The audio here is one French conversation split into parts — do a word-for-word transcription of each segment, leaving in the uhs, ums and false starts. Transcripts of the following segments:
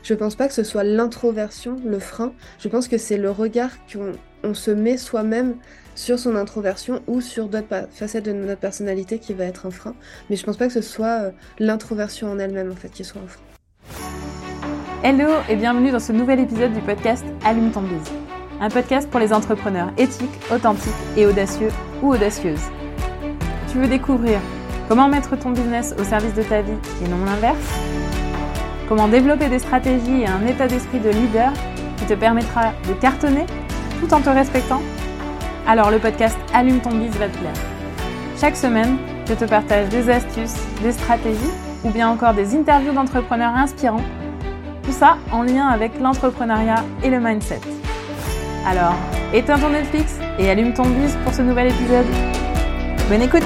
je pense pas que ce soit l'introversion, le frein. Je pense que c'est le regard qu'on on se met soi-même sur son introversion ou sur d'autres pa- facettes de notre personnalité qui va être un frein. Mais je pense pas que ce soit euh, l'introversion en elle-même, en fait, qui soit un frein. Hello et bienvenue dans ce nouvel épisode du podcast Allume ton bise. Un podcast pour les entrepreneurs éthiques, authentiques et audacieux ou audacieuses. Tu veux découvrir comment mettre ton business au service de ta vie et non l'inverse ? Comment développer des stratégies et un état d'esprit de leader qui te permettra de cartonner tout en te respectant ? Alors le podcast Allume ton bise va te plaire. Chaque semaine, je te partage des astuces, des stratégies ou bien encore des interviews d'entrepreneurs inspirants. Tout ça en lien avec l'entrepreneuriat et le mindset. Alors, éteins ton Netflix et allume ton bise pour ce nouvel épisode. Bonne écoute!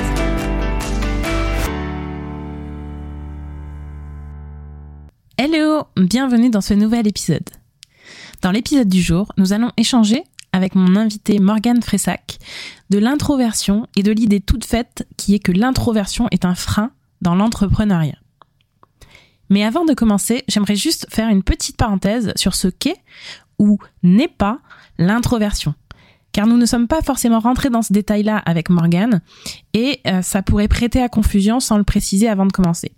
Hello, bienvenue dans ce nouvel épisode. Dans l'épisode du jour, nous allons échanger avec mon invité Morgane Fressac de l'introversion et de l'idée toute faite qui est que l'introversion est un frein dans l'entrepreneuriat. Mais avant de commencer, j'aimerais juste faire une petite parenthèse sur ce qu'est ou n'est pas l'introversion. Car nous ne sommes pas forcément rentrés dans ce détail-là avec Morgane et euh, ça pourrait prêter à confusion sans le préciser avant de commencer.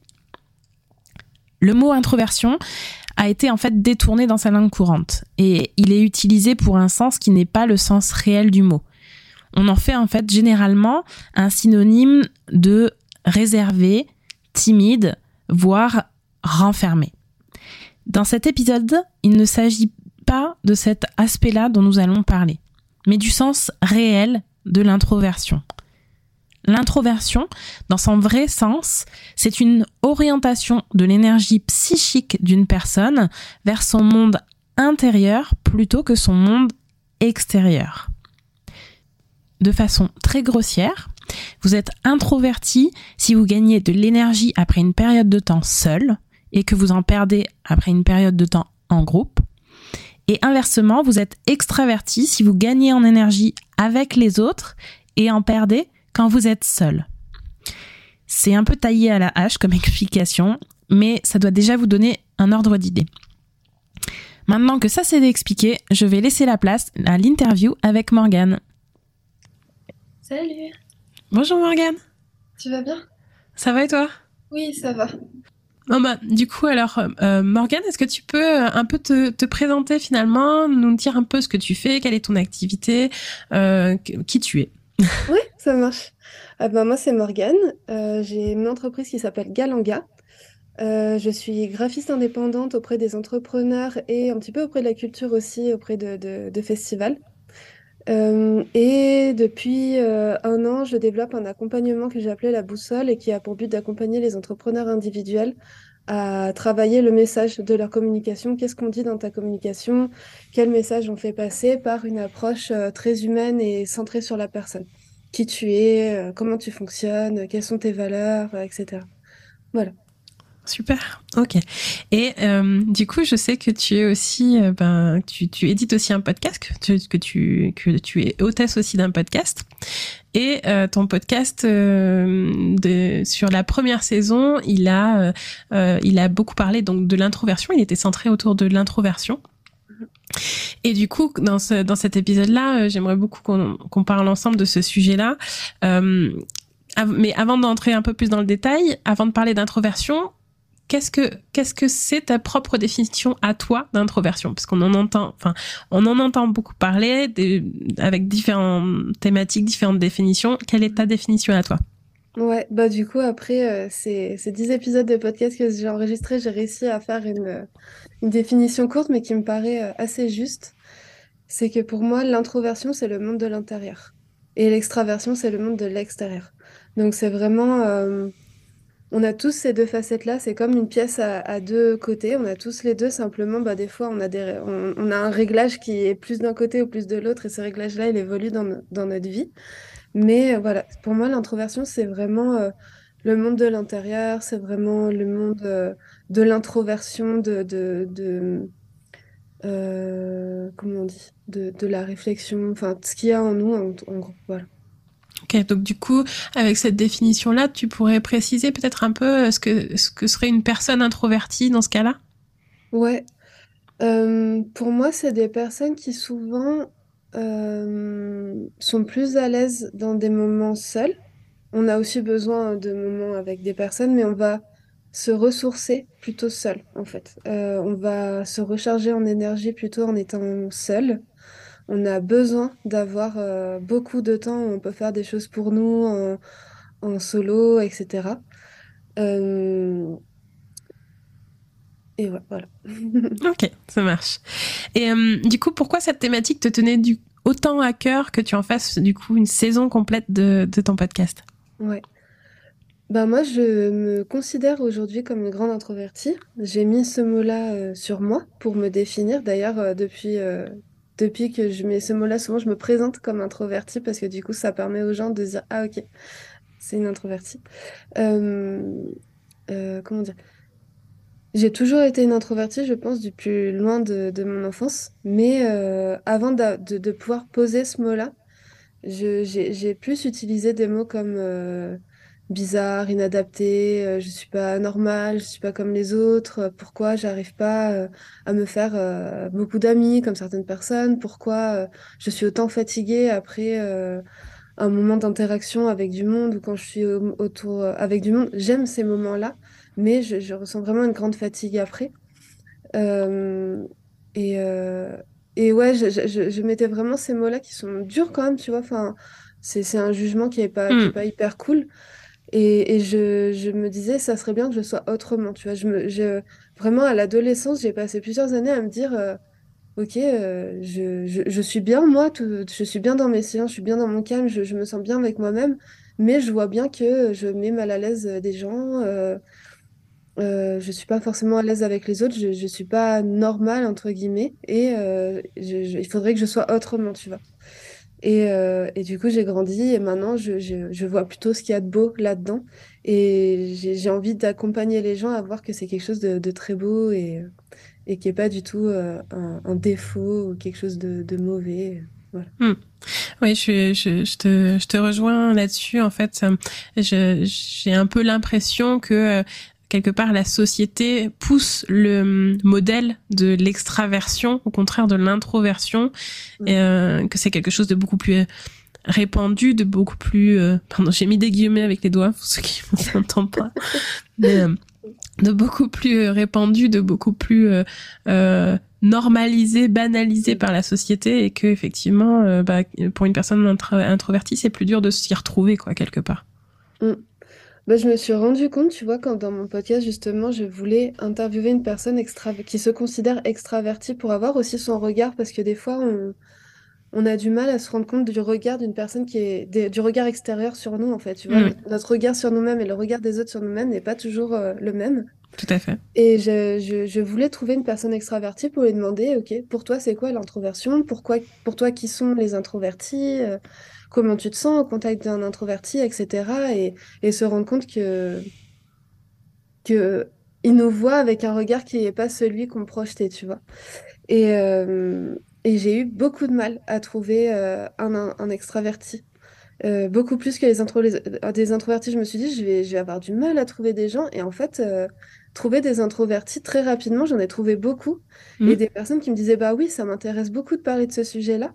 Le mot introversion a été en fait détourné dans sa langue courante et il est utilisé pour un sens qui n'est pas le sens réel du mot. On en fait en fait généralement un synonyme de réservé, timide, voire renfermé. Dans cet épisode, il ne s'agit pas de cet aspect-là dont nous allons parler, mais du sens réel de l'introversion. L'introversion, dans son vrai sens, c'est une orientation de l'énergie psychique d'une personne vers son monde intérieur plutôt que son monde extérieur. De façon très grossière, vous êtes introverti si vous gagnez de l'énergie après une période de temps seul et que vous en perdez après une période de temps en groupe. Et inversement, vous êtes extraverti si vous gagnez en énergie avec les autres et en perdez quand vous êtes seul. C'est un peu taillé à la hache comme explication, mais ça doit déjà vous donner un ordre d'idée. Maintenant que ça c'est expliqué, je vais laisser la place à l'interview avec Morgane. Salut! Bonjour Morgane. Tu vas bien? Ça va et toi? Oui, ça va. Bon bah, du coup, alors, euh, Morgane, est-ce que tu peux un peu te, te présenter finalement, nous dire un peu ce que tu fais, quelle est ton activité, euh, qui tu es? Oui, ça marche. Ah ben, moi, c'est Morgane. Euh, j'ai une entreprise qui s'appelle Galanga. Euh, je suis graphiste indépendante auprès des entrepreneurs et un petit peu auprès de la culture aussi, auprès de, de, de festivals. Euh, et depuis euh, un an, je développe un accompagnement que j'ai appelé la boussole et qui a pour but d'accompagner les entrepreneurs individuels à travailler le message de leur communication. Qu'est-ce qu'on dit dans ta communication? Quel message on fait passer par une approche euh, très humaine et centrée sur la personne? Qui tu es, euh, comment tu fonctionnes, quelles sont tes valeurs, euh, et cetera. Voilà. Super, ok. Et euh, du coup, je sais que tu es aussi, euh, ben, tu, tu édites aussi un podcast, que tu, que tu, que tu es hôtesse aussi d'un podcast. Et euh, ton podcast euh, de, sur la première saison, il a, euh, il a beaucoup parlé donc de l'introversion. Il était centré autour de l'introversion. Et du coup, dans ce, dans cet épisode-là, euh, j'aimerais beaucoup qu'on, qu'on parle ensemble de ce sujet-là. Euh, av- mais avant d'entrer un peu plus dans le détail, avant de parler d'introversion, Qu'est-ce que qu'est-ce que c'est ta propre définition à toi d'introversion? Parce qu'on en entend, enfin, on en entend beaucoup parler des, avec différentes thématiques, différentes définitions. Quelle est ta définition à toi? Ouais, bah du coup, après euh, ces, ces dix épisodes de podcast que j'ai enregistrés, j'ai réussi à faire une, euh, une définition courte, mais qui me paraît euh, assez juste. C'est que pour moi, l'introversion, c'est le monde de l'intérieur. Et l'extraversion, c'est le monde de l'extérieur. Donc c'est vraiment... euh, on a tous ces deux facettes-là, c'est comme une pièce à, à deux côtés, on a tous les deux, simplement, bah, des fois, on a, des, on, on a un réglage qui est plus d'un côté ou plus de l'autre, et ce réglage-là, il évolue dans, no- dans notre vie. Mais euh, voilà, pour moi, l'introversion, c'est vraiment euh, le monde de l'intérieur, c'est vraiment le monde euh, de l'introversion, de, de, de euh, comment on dit, de, de la réflexion, enfin, ce qu'il y a en nous, en, en gros, voilà. Ok, donc du coup, avec cette définition-là, tu pourrais préciser peut-être un peu ce que ce que serait une personne introvertie dans ce cas-là? Ouais. Euh, pour moi, c'est des personnes qui souvent euh, sont plus à l'aise dans des moments seuls. On a aussi besoin de moments avec des personnes, mais on va se ressourcer plutôt seul, en fait. Euh, on va se recharger en énergie plutôt en étant seul. On a besoin d'avoir euh, beaucoup de temps où on peut faire des choses pour nous en, en solo, et cetera. Euh, et ouais, voilà. Ok, ça marche. Et euh, du coup, pourquoi cette thématique te tenait du, autant à cœur que tu en fasses du coup une saison complète de, de ton podcast? Ouais. Ben moi, je me considère aujourd'hui comme une grande introvertie. J'ai mis ce mot-là euh, sur moi pour me définir. D'ailleurs, euh, depuis, euh, depuis que je mets ce mot-là, souvent je me présente comme introvertie parce que du coup, ça permet aux gens de se dire, ah ok, c'est une introvertie. Euh, euh, comment dire? J'ai toujours été une introvertie, je pense, du plus loin de, de mon enfance. Mais euh, avant d'a- de, de pouvoir poser ce mot-là, je, j'ai, j'ai plus utilisé des mots comme euh, bizarre, inadapté, euh, je suis pas normale, je suis pas comme les autres, euh, pourquoi j'arrive pas euh, à me faire euh, beaucoup d'amis comme certaines personnes, pourquoi euh, je suis autant fatiguée après euh, un moment d'interaction avec du monde ou quand je suis au- autour euh, avec du monde. J'aime ces moments-là, mais je, je ressens vraiment une grande fatigue après. Euh, et, euh, et ouais, je, je, je- je mettais vraiment ces mots-là qui sont durs quand même, tu vois. Enfin, c'est, c'est un jugement qui est pas, qui est Hmm. pas hyper cool. Et, et je, je me disais, ça serait bien que je sois autrement, tu vois. Je me, je, vraiment, à l'adolescence, j'ai passé plusieurs années à me dire, euh, ok, euh, je, je, je suis bien, moi, tout- je suis bien dans mes séances, je suis bien dans mon calme, je, je me sens bien avec moi-même, mais je vois bien que je mets mal à l'aise des gens. Euh, euh, je suis pas forcément à l'aise avec les autres, je, je suis pas normale entre guillemets et euh, je- je- il faudrait que je sois autrement, tu vois. Et, euh, et du coup, j'ai grandi et maintenant je, je, je vois plutôt ce qu'il y a de beau là-dedans et j'ai j'ai envie d'accompagner les gens à voir que c'est quelque chose de, de très beau et, et qui est pas du tout euh, un, un défaut ou quelque chose de, de mauvais. Voilà. Hmm. Oui, je, je, je, te, je te rejoins là-dessus. En fait, euh, je, j'ai un peu l'impression que euh, quelque part la société pousse le hum, modèle de l'extraversion, au contraire de l'introversion, Mm. et euh, que c'est quelque chose de beaucoup plus répandu, de beaucoup plus... Euh, pardon, j'ai mis des guillemets avec les doigts, pour ceux qui ne m'entendent pas, mais euh, de beaucoup plus euh, répandu, de beaucoup plus euh, euh, normalisé, banalisé Mm. par la société, et que effectivement, euh, bah, pour une personne intro- introvertie, c'est plus dur de s'y retrouver, quoi, quelque part. Mm. Bah, je me suis rendu compte, tu vois, quand dans mon podcast, justement, je voulais interviewer une personne extra... qui se considère extravertie pour avoir aussi son regard, parce que des fois, on, on a du mal à se rendre compte du regard d'une personne qui est... des- du regard extérieur sur nous, en fait. Tu vois, Mm, no- notre regard sur nous-mêmes et le regard des autres sur nous-mêmes n'est pas toujours euh, le même. tout à fait. Et je, je, je voulais trouver une personne extravertie pour lui demander, OK, pour toi, c'est quoi l'introversion? Pourquoi, pour toi, qui sont les introvertis? Euh, comment tu te sens au contact d'un introverti, et cetera. Et, et se rendre compte que que il nous voit avec un regard qui n'est pas celui qu'on projetait, tu vois. Et, euh, et j'ai eu beaucoup de mal à trouver euh, un, un, un extraverti. Euh, beaucoup plus que les, intro les- euh, des introvertis, je me suis dit, je vais, je vais avoir du mal à trouver des gens. Et en fait, euh, trouver des introvertis, très rapidement, j'en ai trouvé beaucoup. Et Mm, des personnes qui me disaient, bah oui, ça m'intéresse beaucoup de parler de ce sujet-là.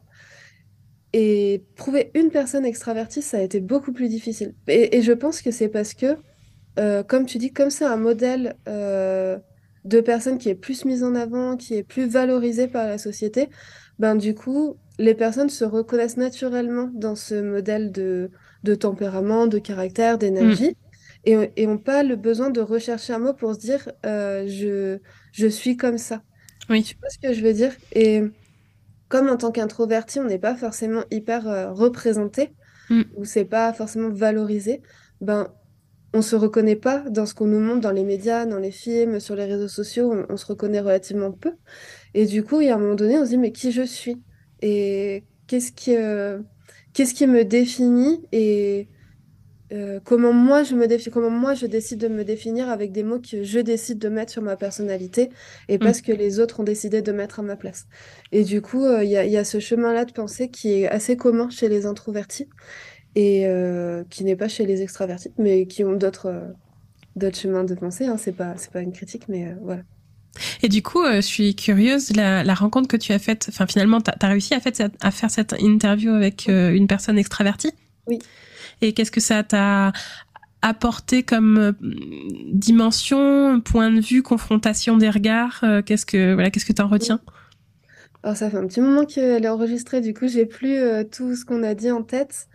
Et trouver une personne extravertie, ça a été beaucoup plus difficile. Et, et je pense que c'est parce que euh, comme tu dis, comme c'est un modèle euh, de personne qui est plus mise en avant, qui est plus valorisé par la société, ben du coup, les personnes se reconnaissent naturellement dans ce modèle de, de tempérament, de caractère, mm, d'énergie, et, et n'ont pas le besoin de rechercher un mot pour se dire euh, je, je suis comme ça. oui. Tu vois ce que je veux dire? Et comme en tant qu'introverti, on n'est pas forcément hyper euh, représenté, Mm, ou c'est pas forcément valorisé, ben on se reconnaît pas dans ce qu'on nous montre dans les médias, dans les films, sur les réseaux sociaux, on, on se reconnaît relativement peu. Et du coup, il y a un moment donné, on se dit, mais qui je suis? Et qu'est-ce qui, euh, qu'est-ce qui me définit? Et euh, comment moi je me définis, comment moi je décide de me définir avec des mots que je décide de mettre sur ma personnalité et pas mm. ce que les autres ont décidé de mettre à ma place. Et du coup, euh, il y a, il y a ce chemin-là de pensée qui est assez commun chez les introvertis et euh, qui n'est pas chez les extravertis, mais qui ont d'autres euh, d'autres chemins de pensée, hein, c'est pas, c'est pas une critique, mais euh, voilà. Et du coup, euh, je suis curieuse, la, la rencontre que tu as faite, enfin finalement, tu as réussi à, fait, à faire cette interview avec euh, une personne extravertie. Oui. Et qu'est-ce que ça t'a apporté comme euh, dimension, point de vue, confrontation des regards euh, Qu'est-ce que voilà, qu'est-ce que t'en retiens? Alors ça fait un petit moment qu'elle est enregistrée, du coup j'ai plus euh, tout ce qu'on a dit en tête.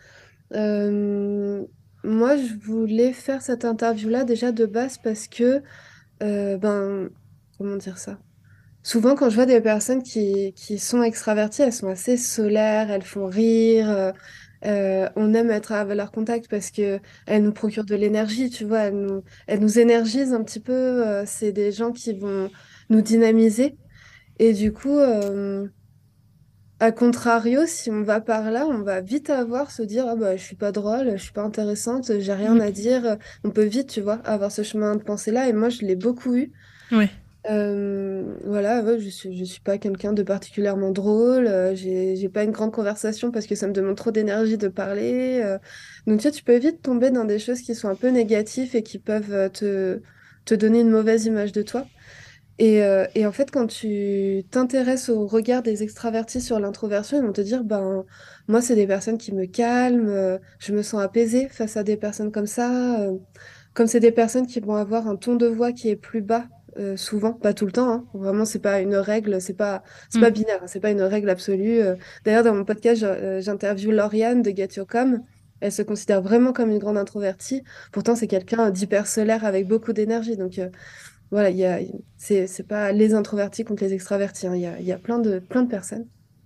Euh, Moi je voulais faire cette interview-là déjà de base parce que, euh, ben, comment dire ça? Souvent quand je vois des personnes qui, qui sont extraverties, elles sont assez solaires, elles font rire, euh, euh, on aime être à leur contact parce que elles nous procurent de l'énergie, tu vois, elles nous, elles nous énergisent un petit peu, euh, c'est des gens qui vont nous dynamiser. Et du coup, euh, à contrario, si on va par là, on va vite avoir se dire ah bah je suis pas drôle, je suis pas intéressante, j'ai rien Mmh. à dire. On peut vite, tu vois, avoir ce chemin de pensée-là. Et moi, je l'ai beaucoup eu. Ouais. Euh, voilà, ouais, je suis, je suis pas quelqu'un de particulièrement drôle. euh, j'ai, j'ai pas une grande conversation parce que ça me demande trop d'énergie de parler. euh. Donc tu vois, tu peux vite tomber dans des choses qui sont un peu négatives et qui peuvent euh, te, te donner une mauvaise image de toi. Et, euh, et en fait, quand tu t'intéresses au regard des extravertis sur l'introversion, ils vont te dire, ben, moi, c'est des personnes qui me calment, euh, je me sens apaisée face à des personnes comme ça. euh, comme c'est des personnes qui vont avoir un ton de voix qui est plus bas, euh, souvent, pas tout le temps, hein. Vraiment, c'est pas une règle, c'est pas, c'est pas Mmh. binaire, hein, c'est pas une règle absolue. euh. D'ailleurs, dans mon podcast, je- euh, j'interviewe Lauriane de Get Your Com. Elle se considère vraiment comme une grande introvertie. Pourtant, c'est quelqu'un d'hyper solaire avec beaucoup d'énergie. Donc, euh, voilà, il y a, c'est, c'est pas les introvertis contre les extravertis, hein. Il y a, il y a plein de, plein de personnes.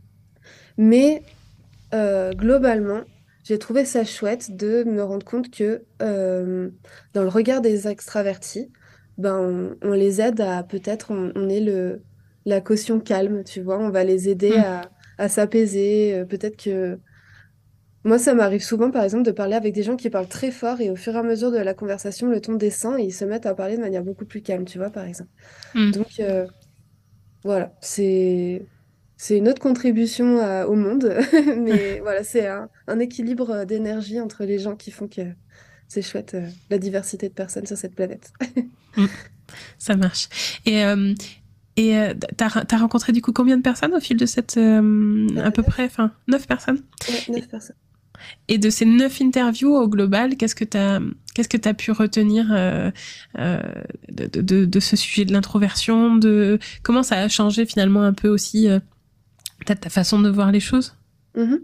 Mais euh, globalement, j'ai trouvé ça chouette de me rendre compte que euh, dans le regard des extravertis, ben, on, on les aide à peut-être, on, on est le, la caution calme, tu vois, on va les aider Mmh. à, à s'apaiser. euh, Peut-être que moi, ça m'arrive souvent, par exemple, de parler avec des gens qui parlent très fort et au fur et à mesure de la conversation, le ton descend et ils se mettent à parler de manière beaucoup plus calme, tu vois, par exemple. Mmh. Donc, euh, voilà, c'est c'est une autre contribution à- au monde, mais voilà, c'est un, un équilibre euh, d'énergie entre les gens qui font que c'est chouette, euh, la diversité de personnes sur cette planète. Mmh. Ça marche. Et euh, et euh, t'as t'as rencontré du coup combien de personnes au fil de cette euh, Euh, à peu neuf, près, enfin neuf personnes? ouais, Et, neuf personnes. et de ces neuf interviews au global, qu'est-ce que t'as qu'est-ce que t'as pu retenir euh, euh, de, de, de ce sujet de l'introversion, de comment ça a changé finalement un peu aussi euh, peut-être ta façon de voir les choses? Mhm.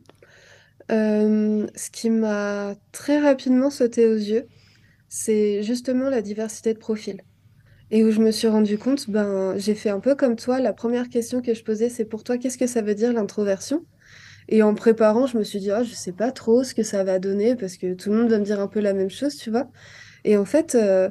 Euh, ce qui m'a très rapidement sauté aux yeux, c'est justement la diversité de profils. Et où je me suis rendu compte, ben, j'ai fait un peu comme toi. La première question que je posais, c'est pour toi, qu'est-ce que ça veut dire l'introversion? Et en préparant, je me suis dit, ah, je sais pas trop ce que ça va donner parce que tout le monde va me dire un peu la même chose, tu vois. Et en fait, euh,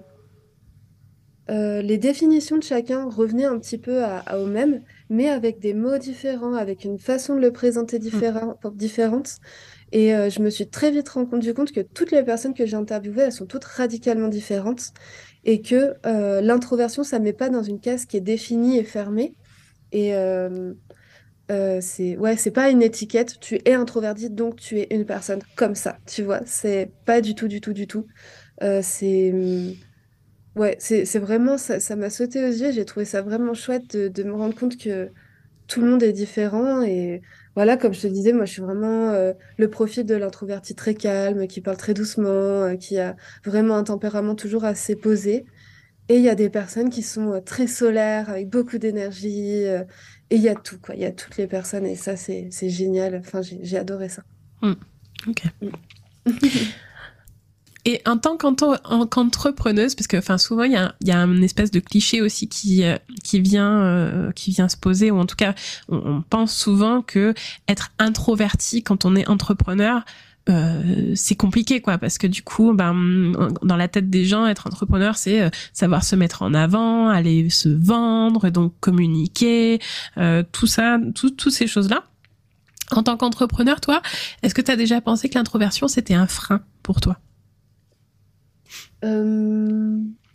euh, les définitions de chacun revenaient un petit peu à, à au même, mais avec des mots différents, avec une façon de le présenter Mm. différent- différente. Et euh, je me suis très vite rendu compte que toutes les personnes que j'ai interviewées, elles sont toutes radicalement différentes et que euh, l'introversion, ça ne met pas dans une case qui est définie et fermée. Et euh, euh, c'est ouais, c'est pas une étiquette. Tu es introverti, donc tu es une personne comme ça. Tu vois, c'est pas du tout, du tout, du tout. Euh, c'est hum, ouais, c'est c'est vraiment ça. Ça m'a sauté aux yeux. J'ai trouvé ça vraiment chouette de, de me rendre compte que tout le monde est différent. Et voilà, comme je te disais, moi, je suis vraiment euh, le profil de l'introverti très calme, qui parle très doucement, euh, qui a vraiment un tempérament toujours assez posé. Et il y a des personnes qui sont euh, très solaires, avec beaucoup d'énergie. euh, et il y a tout, quoi. Il y a toutes les personnes. Et ça, c'est c'est génial. Enfin, j'ai j'ai adoré ça. Mm. Ok. Mm. Et en tant qu'entre- en- qu'entrepreneuse, parce que enfin souvent il y a, il y a une espèce de cliché aussi qui euh, qui vient euh, qui vient se poser, ou en tout cas on, on pense souvent que être introverti quand on est entrepreneur, euh, c'est compliqué quoi, parce que du coup ben dans la tête des gens, être entrepreneur c'est euh, savoir se mettre en avant, aller se vendre, donc communiquer, euh, tout ça, tout, toutes ces choses là. En tant qu'entrepreneur, toi, est-ce que tu as déjà pensé que l'introversion c'était un frein pour toi? Euh,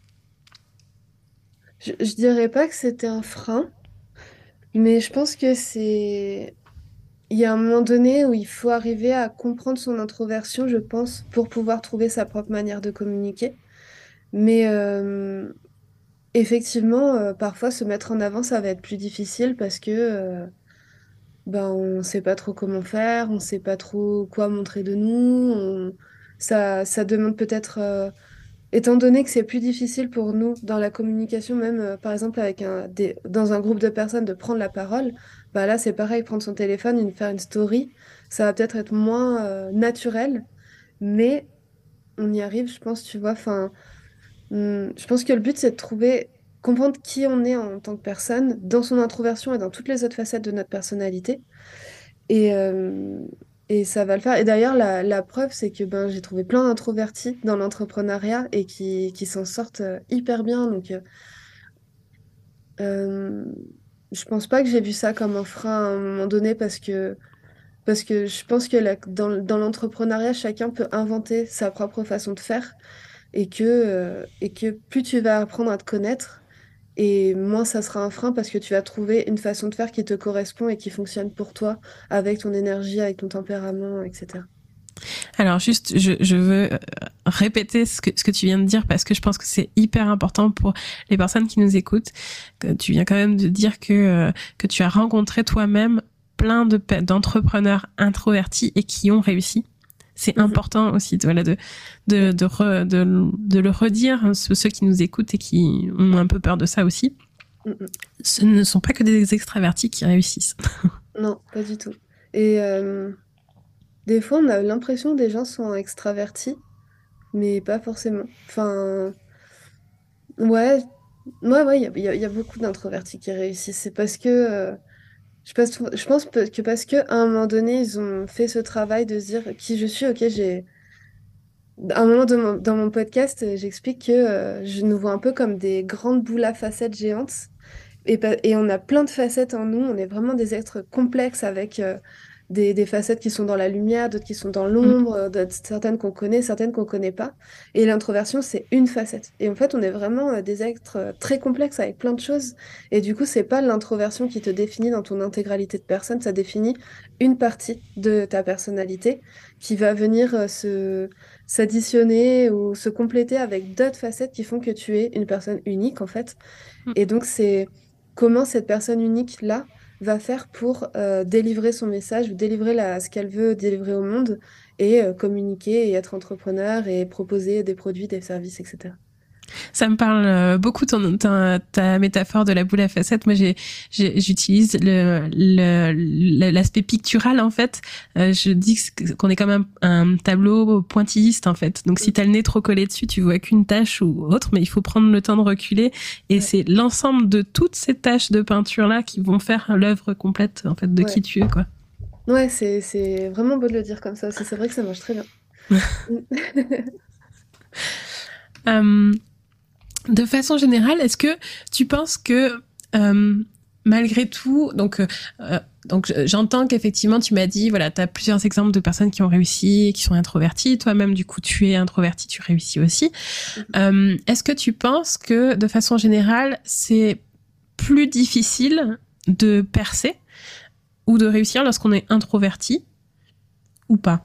je, je dirais pas que c'était un frein, mais je pense que c'est il y a un moment donné où il faut arriver à comprendre son introversion, je pense, pour pouvoir trouver sa propre manière de communiquer. Mais, euh, effectivement, euh, parfois se mettre en avant, ça va être plus difficile parce que euh, ben, on ne sait pas trop comment faire, on ne sait pas trop quoi montrer de nous. on- Ça, ça demande peut-être, euh, étant donné que c'est plus difficile pour nous dans la communication, même euh, par exemple avec un, des, dans un groupe de personnes, de prendre la parole, bah là c'est pareil, prendre son téléphone, une, faire une story, ça va peut-être être moins euh, naturel, mais on y arrive, je pense, tu vois. Enfin, hum, je pense que le but c'est de trouver, comprendre qui on est en tant que personne, dans son introversion et dans toutes les autres facettes de notre personnalité. Et, euh, et ça va le faire. Et d'ailleurs, la, la preuve, c'est que ben, j'ai trouvé plein d'introvertis dans l'entrepreneuriat et qui, qui s'en sortent euh, hyper bien. Donc, euh, euh, je pense pas que j'ai vu ça comme un frein à un moment donné parce que, parce que je pense que la- dans, dans l'entrepreneuriat, chacun peut inventer sa propre façon de faire et que, euh, et que plus tu vas apprendre à te connaître, et moins ça sera un frein parce que tu vas trouver une façon de faire qui te correspond et qui fonctionne pour toi, avec ton énergie, avec ton tempérament, et cetera. Alors juste, je, je veux euh, répéter ce que, ce que tu viens de dire parce que je pense que c'est hyper important pour les personnes qui nous écoutent. Que tu viens quand même de dire que, euh, que tu as rencontré toi-même plein de, pe- d'entrepreneurs introvertis et qui ont réussi. C'est Mhm. important aussi, voilà, de, de, de, re- de, de le redire, hein, ceux ceux qui nous écoutent et qui ont un peu peur de ça aussi. Mhm. Ce ne sont pas que des extravertis qui réussissent. Non, pas du tout. Et euh, des fois, on a l'impression que des gens sont extravertis, mais pas forcément. Enfin, ouais, ouais, ouais, il y a, il y a- il y a beaucoup d'introvertis qui réussissent. C'est parce que, euh, je pense, je pense pe- que parce qu'à un moment donné, ils ont fait ce travail de se dire qui je suis. Ok, j'ai. À un moment de mon- dans mon podcast, euh, j'explique que euh, je nous vois un peu comme des grandes boules à facettes géantes. Et, pa- et on a plein de facettes en nous. On est vraiment des êtres complexes avec euh, des, des facettes qui sont dans la lumière, d'autres qui sont dans l'ombre, euh, d'autres- certaines qu'on connaît, certaines qu'on connaît pas. Et l'introversion, c'est une facette. Et en fait, on est vraiment euh, des êtres euh, très complexes avec plein de choses. Et du coup, c'est pas l'introversion qui te définit dans ton intégralité de personne, ça définit une partie de ta personnalité qui va venir euh, se s'additionner ou se compléter avec d'autres facettes qui font que tu es une personne unique, en fait. Et donc, c'est comment cette personne unique-là va faire pour euh, délivrer son message ou délivrer la, ce qu'elle veut délivrer au monde et euh, communiquer et être entrepreneur et proposer des produits, des services, et cetera. Ça me parle euh, beaucoup ton, ta, ta métaphore de la boule à facettes. Moi, j'ai, j'ai, j'utilise le, le, le- l'aspect pictural en fait. Euh, je dis que- qu'on est comme un, un tableau pointilliste en fait. Donc, si Mm. t'as le nez trop collé dessus, tu vois qu'une tache ou autre, mais il faut prendre le temps de reculer. Et Ouais, c'est l'ensemble de toutes ces taches de peinture là qui vont faire l'œuvre complète en fait de qui ouais. tu es quoi. Ouais, c'est, c'est vraiment beau de le dire comme ça aussi. C'est vrai que ça marche très bien. Mm. Euh, De façon générale, est-ce que tu penses que euh, malgré tout, donc euh, euh, donc j'entends qu'effectivement tu m'as dit voilà, tu as plusieurs exemples de personnes qui ont réussi, qui sont introverties, toi-même du coup tu es introverti, tu réussis aussi. Euh, est-ce que tu penses que de façon générale, c'est plus difficile de percer ou de réussir lorsqu'on est introverti ou pas?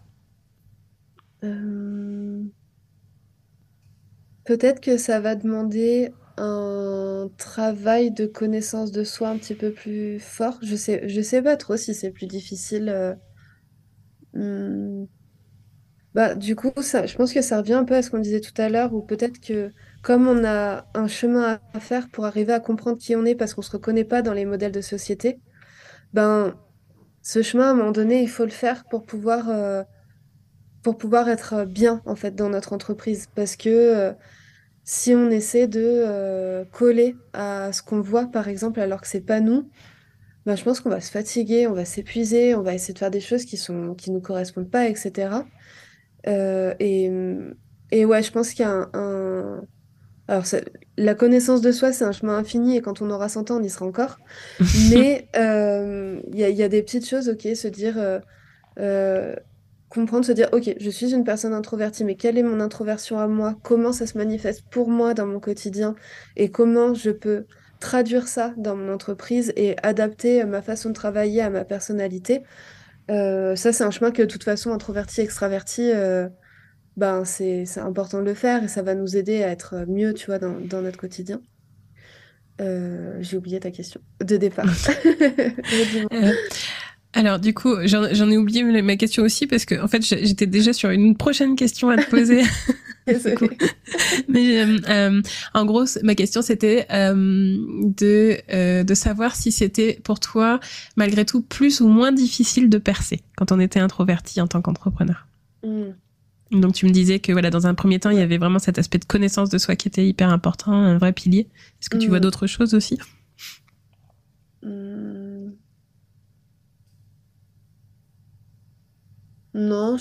Euh, Peut-être que ça va demander un travail de connaissance de soi un petit peu plus fort. Je sais, je sais pas trop si c'est plus difficile. euh, hmm. Bah, du coup, ça, je pense que ça revient un peu à ce qu'on disait tout à l'heure, ou peut-être que comme on a un chemin à faire pour arriver à comprendre qui on est parce qu'on se reconnaît pas dans les modèles de société, ben ce chemin, à un moment donné, il faut le faire pour pouvoir, euh, pour pouvoir être bien en fait dans notre entreprise. Parce que euh, si on essaie de euh, coller à ce qu'on voit, par exemple, alors que c'est pas nous, ben, je pense qu'on va se fatiguer, on va s'épuiser, on va essayer de faire des choses qui sont, qui nous correspondent pas, et cetera. Euh, et, et ouais, je pense qu'il y a un, un- Alors, ça- la connaissance de soi, c'est un chemin infini et quand on aura cent ans, on y sera encore. Mais euh, il y a, il y a des petites choses, ok, se dire, euh, euh, comprendre, se dire, ok, je suis une personne introvertie, mais quelle est mon introversion à moi? Comment ça se manifeste pour moi dans mon quotidien? Et comment je peux traduire ça dans mon entreprise et adapter ma façon de travailler à ma personnalité? Euh, ça, c'est un chemin que de toute façon, introverti, extraverti, euh, ben, c'est, c'est important de le faire et ça va nous aider à être mieux, tu vois, dans, dans notre quotidien. Euh, j'ai oublié ta question de départ. Euh, alors, du coup, j'en, j'en ai oublié ma question aussi parce que, en fait, j'étais déjà sur une prochaine question à te poser. C'est cool. Mais euh, euh, en gros, ma question c'était euh, de euh, de savoir si c'était pour toi, malgré tout, plus ou moins difficile de percer quand on était introverti en tant qu'entrepreneur. Mm. Donc, tu me disais que voilà, dans un premier temps, ouais. il y avait vraiment cet aspect de connaissance de soi qui était hyper important, un vrai pilier. Est-ce que tu mm. vois d'autres choses aussi? mm. Non,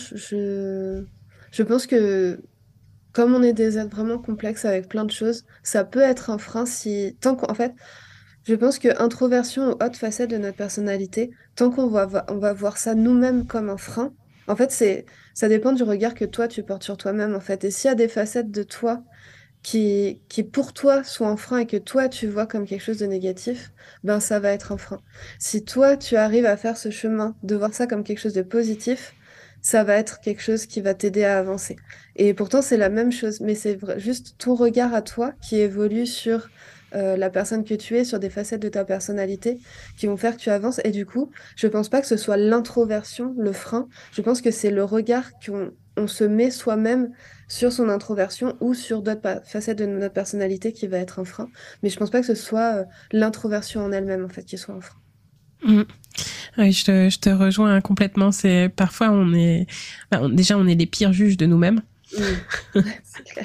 je je pense que comme on est des êtres vraiment complexes avec plein de choses, ça peut être un frein si tant qu'en fait, je pense que introversion ou autre facette de notre personnalité, tant qu'on va on va voir ça nous-mêmes comme un frein. En fait, c'est ça dépend du regard que toi tu portes sur toi-même en fait. Et s'il y a des facettes de toi qui, qui pour toi sont un frein et que toi tu vois comme quelque chose de négatif, ben ça va être un frein. Si toi tu arrives à faire ce chemin, de voir ça comme quelque chose de positif, ça va être quelque chose qui va t'aider à avancer. Et pourtant c'est la même chose, mais c'est vrai- juste ton regard à toi qui évolue sur euh, la personne que tu es, sur des facettes de ta personnalité qui vont faire que tu avances. Et du coup, je pense pas que ce soit l'introversion, le frein. Je pense que c'est le regard qu'on on se met soi-même sur son introversion ou sur d'autres pa- facettes de notre personnalité qui va être un frein. Mais je pense pas que ce soit euh, l'introversion en elle-même, en fait, qui soit un frein. Mmh. Oui, je te, je te rejoins complètement. C'est parfois on est, ben, déjà on est les pires juges de nous-mêmes. Mmh. C'est clair.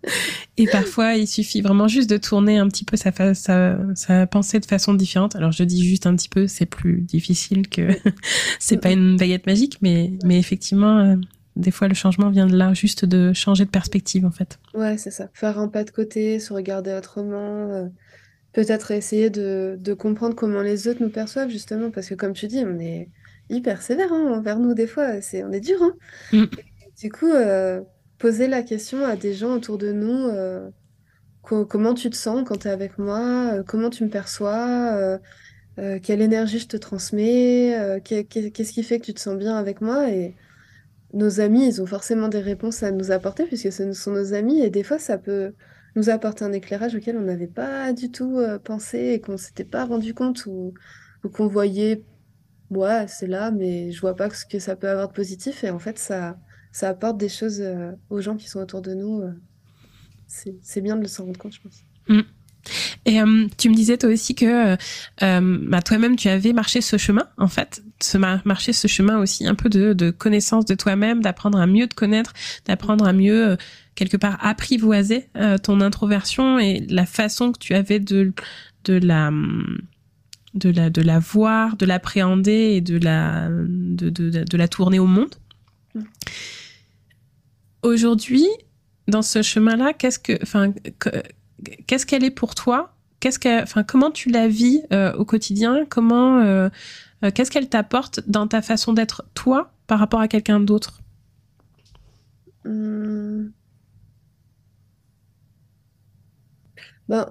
Et parfois, il suffit vraiment juste de tourner un petit peu sa, fa- sa, sa pensée de façon différente. Alors, je dis juste un petit peu, c'est plus difficile que... c'est pas une baguette magique, mais, mais effectivement, euh, des fois, le changement vient de là, juste de changer de perspective, en fait. Ouais, c'est ça. Faire un pas de côté, se regarder autrement, euh, peut-être essayer de, de comprendre comment les autres nous perçoivent, justement, parce que comme tu dis, on est hyper sévère hein, envers nous, des fois, c'est, on est dur. Hein. Mm. Du coup, euh, poser la question à des gens autour de nous... Euh, comment tu te sens quand tu es avec moi? euh, Comment tu me perçois? euh, euh, quelle énergie je te transmets? euh, qu'est- qu'est- Qu'est-ce qui fait que tu te sens bien avec moi? Et nos amis, ils ont forcément des réponses à nous apporter puisque ce sont nos amis. Et des fois, ça peut nous apporter un éclairage auquel on n'avait pas du tout euh, pensé et qu'on s'était pas rendu compte ou, ou qu'on voyait, ouais, c'est là, mais je vois pas ce que ça peut avoir de positif. Et en fait, ça, ça apporte des choses euh, aux gens qui sont autour de nous. euh, c'est, c'est bien de s'en rendre compte, je pense. Mm. Et euh, tu me disais toi aussi que euh, bah, toi-même tu avais marché ce chemin en fait, ce ma- marcher ce chemin aussi un peu de, de connaissance de toi-même, d'apprendre à mieux te connaître, d'apprendre à mieux euh, quelque part apprivoiser euh, ton introversion et la façon que tu avais de de la de la de la voir, de l'appréhender et de la de de, de, de la tourner au monde. Mm. Aujourd'hui, dans ce chemin-là, qu'est-ce que enfin que, qu'est-ce qu'elle est pour toi? Qu'est-ce qu'elle, enfin, comment tu la vis euh, au quotidien? Comment, euh, euh, qu'est-ce qu'elle t'apporte dans ta façon d'être toi par rapport à quelqu'un d'autre? Hum... Ben,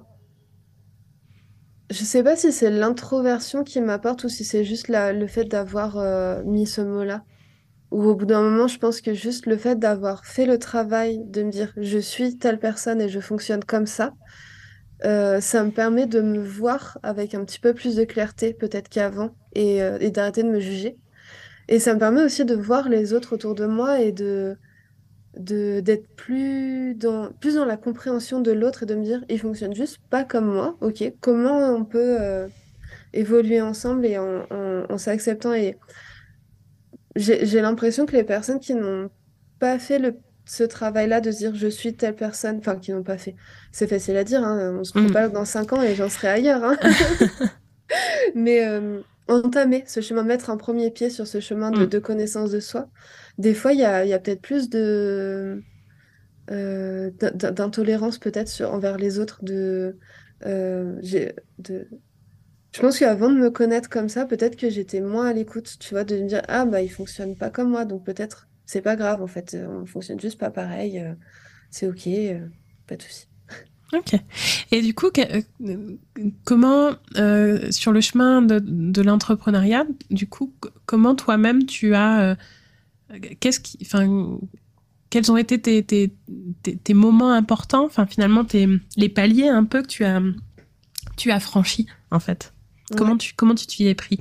je sais pas si c'est l'introversion qui m'apporte ou si c'est juste la, le fait d'avoir euh, mis ce mot-là. Ou au bout d'un moment, je pense que juste le fait d'avoir fait le travail, de me dire je suis telle personne et je fonctionne comme ça. Euh, ça me permet de me voir avec un petit peu plus de clarté peut-être qu'avant et, euh, et d'arrêter de me juger. Et ça me permet aussi de voir les autres autour de moi et de, de, d'être plus dans, plus dans la compréhension de l'autre et de me dire, il fonctionne juste pas comme moi, ok, comment on peut euh, évoluer ensemble et en, en, en s'acceptant. Et j'ai, j'ai l'impression que les personnes qui n'ont pas fait le ce travail-là de se dire je suis telle personne, enfin qui n'ont pas fait. C'est facile à dire, hein, on se prend Mm. pas dans cinq ans et j'en serai ailleurs. Hein. Mais euh, entamer ce chemin, mettre un premier pied sur ce chemin de, Mm. de connaissance de soi, des fois il y a, il y a peut-être plus de euh, d'in- d'in- d'intolérance peut-être sur- envers les autres. De, euh, j'ai, de... Je pense qu'avant de me connaître comme ça, peut-être que j'étais moins à l'écoute, tu vois, de me dire ah bah il fonctionne pas comme moi, donc peut-être c'est pas grave en fait, euh, on fonctionne juste pas pareil. euh, C'est ok, euh, pas de souci. Ok. Et du coup, que, euh, comment, euh, sur le chemin de, de l'entrepreneuriat, du coup, c- comment toi-même tu as, euh, qu'est-ce qui, enfin, quels ont été tes, tes, tes, tes moments importants, enfin, finalement, tes, les paliers un peu que tu as, tu as franchi, en fait? Ouais. Comment tu comment tu t'y es pris?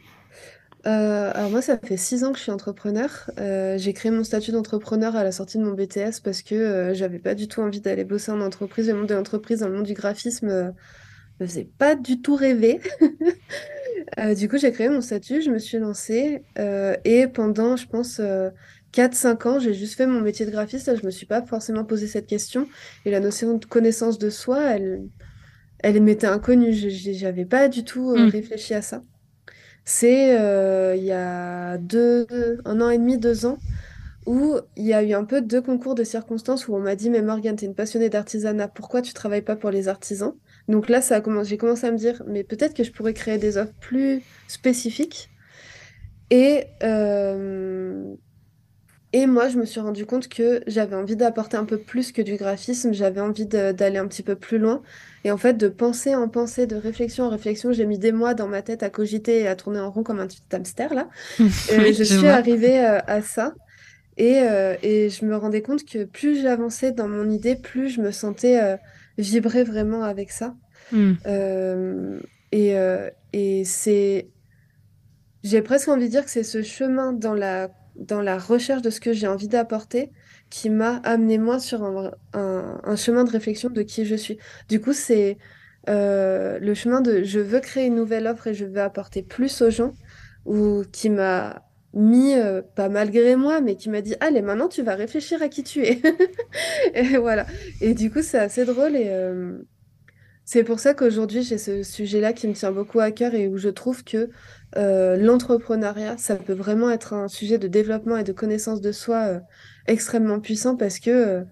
Euh, alors moi, ça fait six ans que je suis entrepreneur. Euh, j'ai créé mon statut d'entrepreneur à la sortie de mon B T S parce que euh, j'avais pas du tout envie d'aller bosser en entreprise. Le monde de l'entreprise, dans le monde du graphisme, euh, me faisait pas du tout rêver. Euh, du coup, j'ai créé mon statut, je me suis lancée euh, et pendant, je pense, euh, quatre cinq ans, j'ai juste fait mon métier de graphiste. Je me suis pas forcément posé cette question et la notion de connaissance de soi, elle, elle m'était inconnue. Je- j'ai- J'avais pas du tout euh, Mm. réfléchi à ça. C'est euh, il y a deux, un an et demi, deux ans, où il y a eu un peu deux concours de circonstances où on m'a dit, mais Morgane, t'es une passionnée d'artisanat, pourquoi tu travailles pas pour les artisans? Donc là, ça a commencé, j'ai commencé à me dire, mais peut-être que je pourrais créer des offres plus spécifiques. Et, euh, et moi, je me suis rendu compte que j'avais envie d'apporter un peu plus que du graphisme, j'avais envie de- d'aller un petit peu plus loin. Et en fait, de pensée en pensée, de réflexion en réflexion, j'ai mis des mois dans ma tête à cogiter et à tourner en rond comme un petit hamster, là. Euh, Oui, je je suis vois. arrivée euh, à ça. Et, euh, et je me rendais compte que plus j'avançais dans mon idée, plus je me sentais euh, vibrer vraiment avec ça. Mm. Euh, et euh, et c'est, j'ai presque envie de dire que c'est ce chemin dans la, dans la recherche de ce que j'ai envie d'apporter qui m'a amené moi sur un, un- un chemin de réflexion de qui je suis. Du coup, c'est euh, le chemin de je veux créer une nouvelle offre et je veux apporter plus aux gens, ou qui m'a mis, euh, pas malgré moi, mais qui m'a dit, allez, maintenant tu vas réfléchir à qui tu es. Et voilà. Et du coup, c'est assez drôle et, euh, c'est pour ça qu'aujourd'hui, j'ai ce sujet-là qui me tient beaucoup à cœur et où je trouve que euh, l'entrepreneuriat, ça peut vraiment être un sujet de développement et de connaissance de soi euh, extrêmement puissant parce que euh,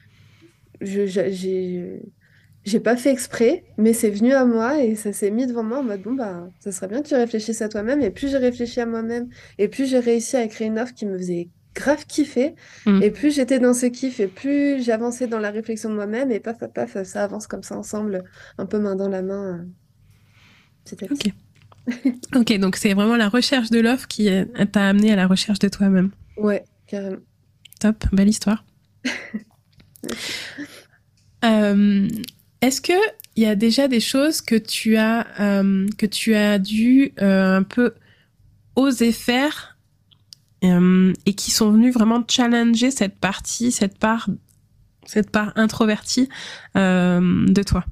je, j'a- j'ai, j'ai pas fait exprès, mais c'est venu à moi et ça s'est mis devant moi en mode, bon, bah, ça serait bien que tu réfléchisses à toi-même. Et plus j'ai réfléchi à moi-même et plus j'ai réussi à créer une offre qui me faisait grave kiffer. Mm. Et plus j'étais dans ce kiff et plus j'avançais dans la réflexion de moi-même et paf, paf, paf, ça avance comme ça ensemble, un peu main dans la main. euh, petit à Ok. petit. Ok, donc c'est vraiment la recherche de l'offre qui euh, t'a amené à la recherche de toi-même. Ouais, carrément. Top, belle histoire. Merci. Euh, Est-ce que il y a déjà des choses que tu as euh, que tu as dû euh, un peu oser faire euh, et qui sont venues vraiment challenger cette partie, cette part, cette part introvertie euh, de toi?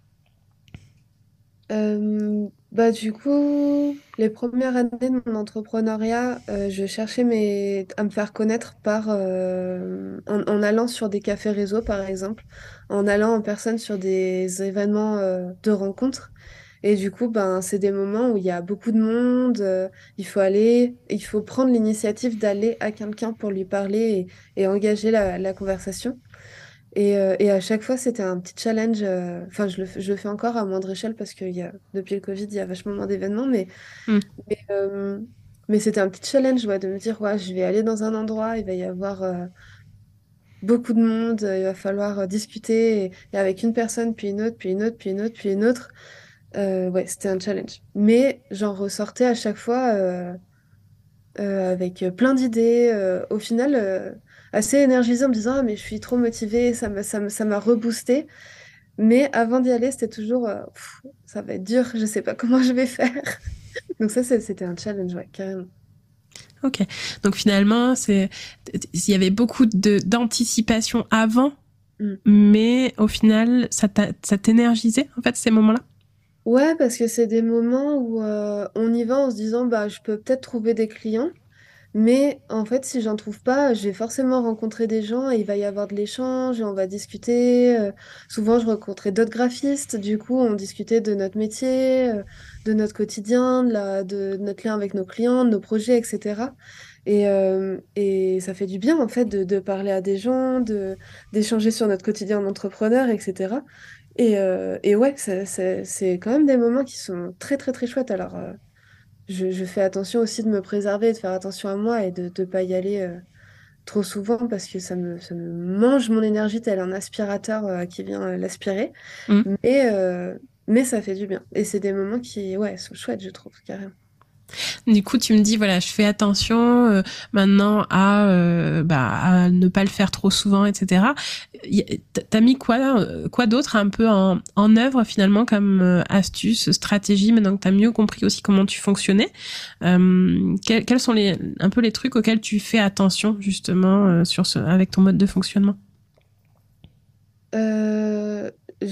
Euh, bah, du coup, les premières années de mon entrepreneuriat, euh, je cherchais mes... à me faire connaître par, euh, en, en allant sur des cafés réseau, par exemple, en allant en personne sur des événements euh, de rencontres. Et du coup, ben, c'est des moments où il y a beaucoup de monde, euh, il faut aller, il faut prendre l'initiative d'aller à quelqu'un pour lui parler et, et engager la la conversation. Et, euh, et à chaque fois, c'était un petit challenge. euh, Enfin, je le, fais- je le fais encore à moindre échelle parce que il y a, depuis le Covid, il y a vachement moins d'événements. Mais, Mm. mais, euh, mais c'était un petit challenge, ouais, de me dire, ouais, je vais aller dans un endroit, il va y avoir euh, beaucoup de monde, euh, il va falloir euh, discuter et, et avec une personne, puis une autre, puis une autre, puis une autre, puis une autre. Euh, ouais, c'était un challenge. Mais j'en ressortais à chaque fois euh, euh, avec plein d'idées. Euh, au final, euh, assez énergisée en me disant, ah, mais je suis trop motivée, ça m'a, ça m'a, ça m'a reboosté. Mais avant d'y aller, c'était toujours, euh, Pff, ça va être dur, je sais pas comment je vais faire. Donc ça, c'est- c'était un challenge, ouais, carrément. Ok. Donc finalement, c'est il y avait beaucoup de d'anticipation avant, Mm. mais au final, ça t'a ça t'énergisait en fait ces moments-là. Ouais, parce que c'est des moments où euh, on y va en se disant, bah, je peux peut-être trouver des clients. Mais en fait, si j'en trouve pas, je vais forcément rencontrer des gens et il va y avoir de l'échange et on va discuter. euh, souvent, je rencontrais d'autres graphistes. Du coup, on discutait de notre métier, euh, de notre quotidien, de, la- de notre lien avec nos clients, de nos projets, et cetera. Et, euh, et ça fait du bien, en fait, de, de parler à des gens, de, d'échanger sur notre quotidien d'entrepreneur, et cetera. Et, euh, et ouais, c'est c'est- c'est quand même des moments qui sont très, très, très chouettes. Alors, euh, je, je fais attention aussi de me préserver, de faire attention à moi et de ne pas y aller euh, trop souvent parce que ça me, ça me mange mon énergie tel un aspirateur euh, qui vient euh, l'aspirer. Mm. Mais, euh, mais ça fait du bien. Et c'est des moments qui, ouais, sont chouettes, je trouve, carrément. Du coup, tu me dis, voilà, je fais attention euh, maintenant à, euh, bah, à ne pas le faire trop souvent, et cetera. Y- T'as mis quoi, euh, quoi d'autre un peu en, en œuvre finalement comme euh, astuce, stratégie, maintenant que t'as mieux compris aussi comment tu fonctionnais. Euh, quels, quels sont les, un peu les trucs auxquels tu fais attention justement euh, sur ce, avec ton mode de fonctionnement? Euh,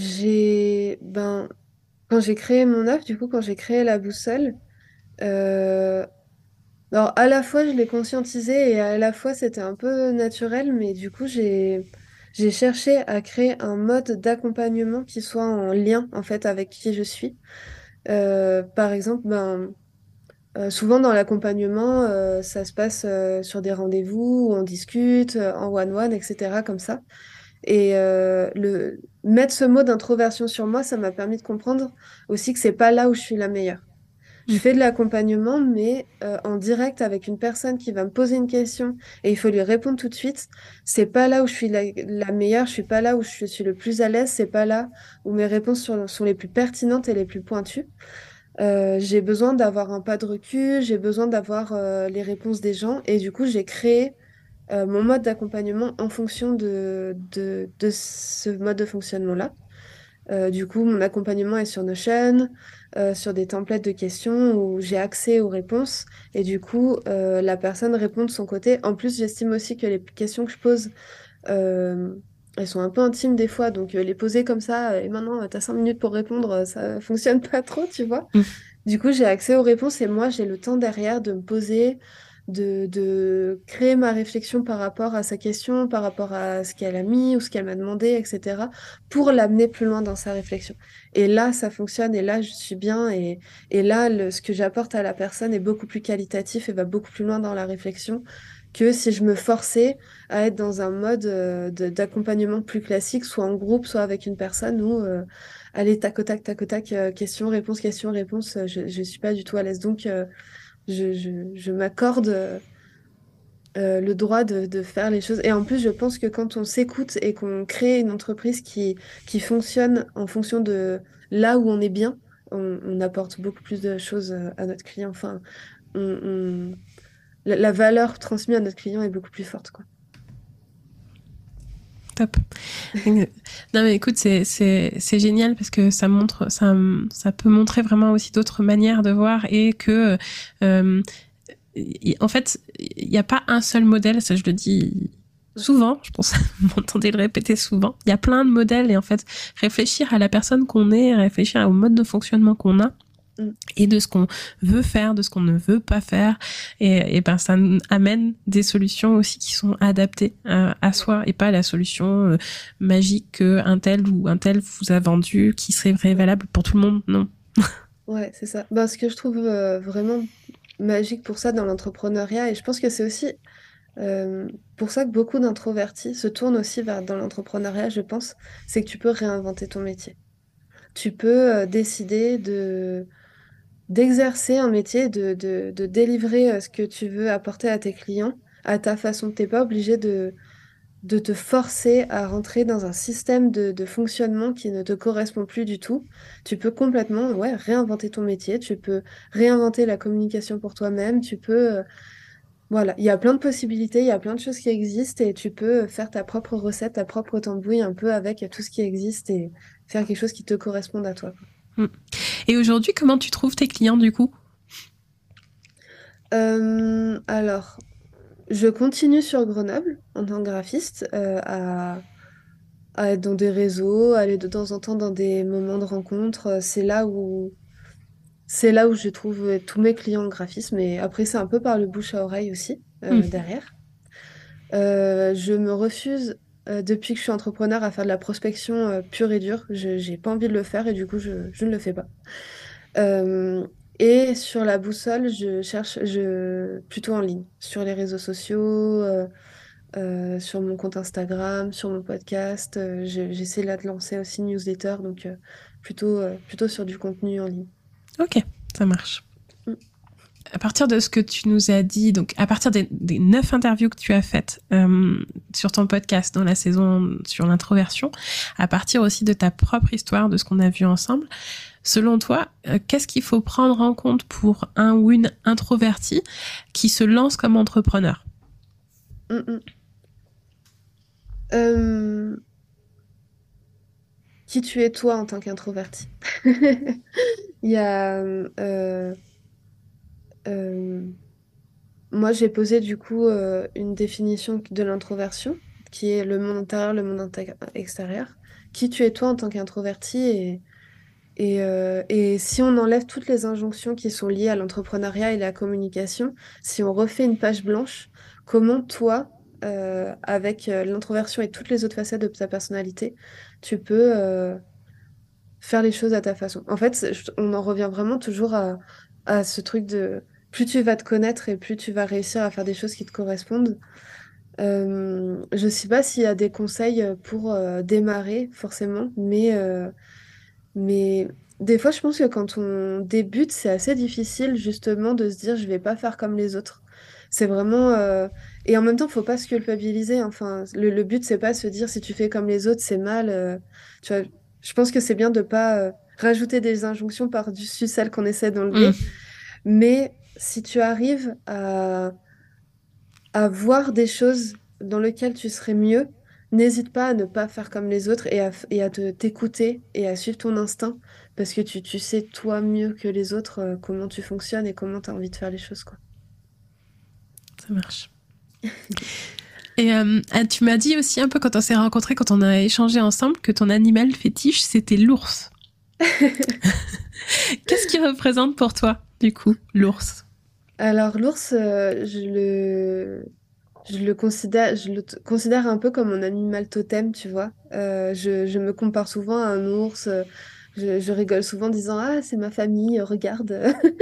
j'ai, ben, quand j'ai créé mon offre, du coup, quand j'ai créé la boussole, euh, alors à la fois je l'ai conscientisé et à la fois c'était un peu naturel, mais du coup j'ai j'ai cherché à créer un mode d'accompagnement qui soit en lien en fait avec qui je suis. Euh, par exemple, ben euh, souvent dans l'accompagnement, euh, ça se passe euh, sur des rendez-vous où on discute euh, en one-one, et cetera comme ça. Et euh, le mettre ce mot d'introversion sur moi, ça m'a permis de comprendre aussi que c'est pas là où je suis la meilleure. Je Mm. fais de l'accompagnement, mais euh, en direct avec une personne qui va me poser une question et il faut lui répondre tout de suite. C'est pas là où je suis la, la meilleure, je suis pas là où je suis le plus à l'aise, c'est pas là où mes réponses sont, sont les plus pertinentes et les plus pointues. Euh, j'ai besoin d'avoir un pas de recul, j'ai besoin d'avoir euh, les réponses des gens et du coup j'ai créé euh, mon mode d'accompagnement en fonction de, de, de ce mode de fonctionnement-là. Euh, du coup, mon accompagnement est sur Notion, euh, sur des templates de questions où j'ai accès aux réponses et du coup, euh, la personne répond de son côté. En plus, j'estime aussi que les questions que je pose, euh, elles sont un peu intimes des fois, donc euh, les poser comme ça, euh, et maintenant, tu as cinq minutes pour répondre, euh, ça fonctionne pas trop, tu vois. Mm. Du coup, j'ai accès aux réponses et moi, j'ai le temps derrière de me poser, de, de créer ma réflexion par rapport à sa question, par rapport à ce qu'elle a mis ou ce qu'elle m'a demandé, et cetera, pour l'amener plus loin dans sa réflexion. Et là, ça fonctionne et là, je suis bien et, et là, le- ce que j'apporte à la personne est beaucoup plus qualitatif et va beaucoup plus loin dans la réflexion que si je me forçais à être dans un mode euh, de- d'accompagnement plus classique, soit en groupe, soit avec une personne où euh, aller tac au tac, tac au tac, euh, question, réponse, question, réponse, euh, je ne suis pas du tout à l'aise. Donc, euh, je, je, je m'accorde euh, euh, le droit de, de faire les choses. Et en plus, je pense que quand on s'écoute et qu'on crée une entreprise qui, qui fonctionne en fonction de là où on est bien, on, on apporte beaucoup plus de choses euh, à notre client. Enfin, on, on- la, la valeur transmise à notre client est beaucoup plus forte, quoi. Top. Non mais écoute, c'est c'est c'est génial parce que ça montre ça ça peut montrer vraiment aussi d'autres manières de voir et que euh, y- en fait il n'y a pas un seul modèle, ça je le dis souvent, je pense vous m'entendez le répéter souvent. Il y a plein de modèles et en fait réfléchir à la personne qu'on est, réfléchir au mode de fonctionnement qu'on a Mm. et de ce qu'on veut faire, de ce qu'on ne veut pas faire. Et, et ben, ça nous amène des solutions aussi qui sont adaptées euh, à soi et pas la solution euh, magique qu'un tel ou un tel vous a vendu qui serait vrai Ouais, valable pour tout le monde. Non. ouais, c'est ça. Ben, ce que je trouve euh, vraiment magique pour ça dans l'entrepreneuriat, et je pense que c'est aussi Euh, pour ça que beaucoup d'introvertis se tournent aussi vers dans l'entrepreneuriat, je pense, c'est que tu peux réinventer ton métier. Tu peux euh, décider de d'exercer un métier, de, de, de délivrer euh, ce que tu veux apporter à tes clients à ta façon. T'es pas obligé de, de te forcer à rentrer dans un système de, de fonctionnement qui ne te correspond plus du tout. Tu peux complètement ouais, réinventer ton métier, tu peux réinventer la communication pour toi-même, tu peux euh, voilà, il y a plein de possibilités, il y a plein de choses qui existent et tu peux faire ta propre recette, ta propre tambouille un peu avec tout ce qui existe et faire quelque chose qui te corresponde à toi, quoi. Mm. Et aujourd'hui, comment tu trouves tes clients du coup? Euh, alors, je continue sur Grenoble en tant que graphiste euh, à, à être dans des réseaux, aller de temps en temps dans des moments de rencontre. C'est là où c'est là où je trouve euh, tous mes clients en graphisme et après c'est un peu par le bouche à oreille aussi euh, Mm. derrière. Euh, je me refuse, euh, depuis que je suis entrepreneur, à faire de la prospection euh, pure et dure. Je j'ai pas envie de le faire et du coup, je, je ne le fais pas. Euh, et sur la boussole, je cherche je, plutôt en ligne, sur les réseaux sociaux, euh, euh, sur mon compte Instagram, sur mon podcast. Euh, je- j'essaie là de lancer aussi une newsletter, donc euh, plutôt, euh, plutôt sur du contenu en ligne. Ok, ça marche. Mm. à partir de ce que tu nous as dit, donc à partir des, des neuf interviews que tu as faites euh, sur ton podcast dans la saison sur l'introversion, à partir aussi de ta propre histoire, de ce qu'on a vu ensemble, selon toi, euh, qu'est-ce qu'il faut prendre en compte pour un ou une introvertie qui se lance comme entrepreneur? Mm, mm. Euh, Qui tu es toi en tant qu'introverti? Il y a... euh, euh, Moi, j'ai posé du coup euh, une définition de l'introversion, qui est le monde intérieur, le monde inté- extérieur. Qui tu es toi en tant qu'introverti et, et, euh, et si on enlève toutes les injonctions qui sont liées à l'entrepreneuriat et la communication, si on refait une page blanche, comment toi, euh, avec euh, l'introversion et toutes les autres facettes de ta personnalité, tu peux euh, faire les choses à ta façon. En fait, c'est- je- on en revient vraiment toujours à, à ce truc de plus tu vas te connaître et plus tu vas réussir à faire des choses qui te correspondent. Euh, je sais pas s'il y a des conseils pour euh, démarrer forcément, mais, euh, mais des fois, je pense que quand on débute, c'est assez difficile justement de se dire je vais pas faire comme les autres. C'est vraiment euh, et en même temps, faut pas se culpabiliser. Enfin, le, le but c'est pas se dire si tu fais comme les autres, c'est mal. euh, tu vois, je pense que c'est bien de pas euh, rajouter des injonctions par-dessus celles qu'on essaie Mmh. d'enlever. Mais si tu arrives à à voir des choses dans lesquelles tu serais mieux, n'hésite pas à ne pas faire comme les autres et à, f- et à te t'écouter et à suivre ton instinct parce que tu, tu sais toi mieux que les autres euh, comment tu fonctionnes et comment tu as envie de faire les choses, quoi. Ça marche. Et euh, ah, tu m'as dit aussi un peu quand on s'est rencontrés, quand on a échangé ensemble, que ton animal fétiche, c'était l'ours. Qu'est-ce qui représente pour toi, du coup, l'ours? Alors l'ours, euh, je le, je le considère, je le t- considère un peu comme mon animal totem, tu vois. Euh, je, je me compare souvent à un ours. euh, Je, je rigole souvent en disant, ah, c'est ma famille, regarde.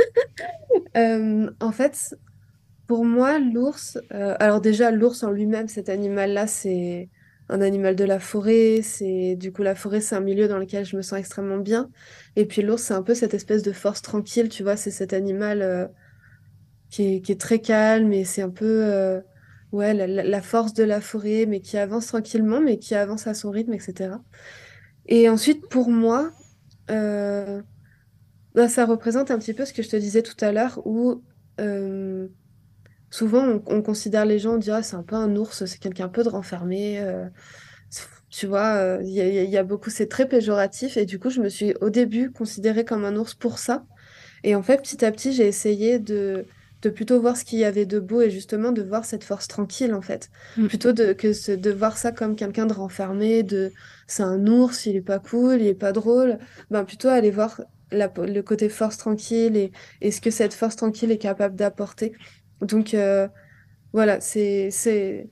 Euh, en fait, pour moi, l'ours, euh, alors déjà, l'ours en lui-même, cet animal-là, c'est un animal de la forêt. C'est du coup, la forêt, c'est un milieu dans lequel je me sens extrêmement bien. Et puis l'ours, c'est un peu cette espèce de force tranquille, tu vois. C'est cet animal euh, qui est, qui est très calme et c'est un peu, euh, ouais, la, la- la force de la forêt, mais qui avance tranquillement, mais qui avance à son rythme, et cetera. Et ensuite, pour moi, euh, bah, ça représente un petit peu ce que je te disais tout à l'heure, où euh, souvent, on, on considère les gens, on dit, ah, c'est un peu un ours, c'est quelqu'un un peu de renfermé. euh, c'est- tu vois, euh, il y a, il y a- il y a beaucoup, c'est très péjoratif. Et du coup, je me suis au début considérée comme un ours pour ça. Et en fait, petit à petit, j'ai essayé de, de plutôt voir ce qu'il y avait de beau et justement de voir cette force tranquille, en fait. Mm. Plutôt de, que ce- de voir ça comme quelqu'un de renfermé, de c'est un ours, il est pas cool, il est pas drôle. Ben, plutôt aller voir la- le côté force tranquille et, et ce que cette force tranquille est capable d'apporter. Donc, euh, voilà, c'est, c'est...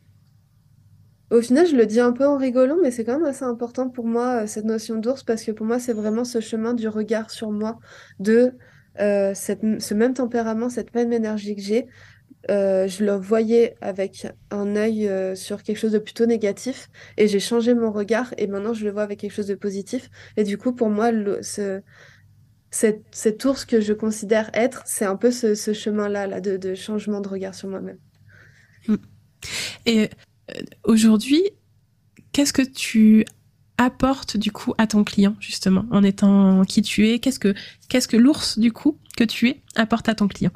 Au final, je le dis un peu en rigolant, mais c'est quand même assez important pour moi, euh, cette notion d'ours, parce que pour moi, c'est vraiment ce chemin du regard sur moi, de euh, cette, ce même tempérament, cette même énergie que j'ai. Euh, je le voyais avec un œil euh, sur quelque chose de plutôt négatif, et j'ai changé mon regard, et maintenant, je le vois avec quelque chose de positif. Et du coup, pour moi, le- ce, cet, cet ours que je considère être, c'est un peu ce, ce chemin-là, là, de, de changement de regard sur moi-même. Mm. Et euh, aujourd'hui, qu'est-ce que tu apportes du coup à ton client justement en étant qui tu es? Qu'est-ce que qu'est-ce que l'ours du coup que tu es apporte à ton client?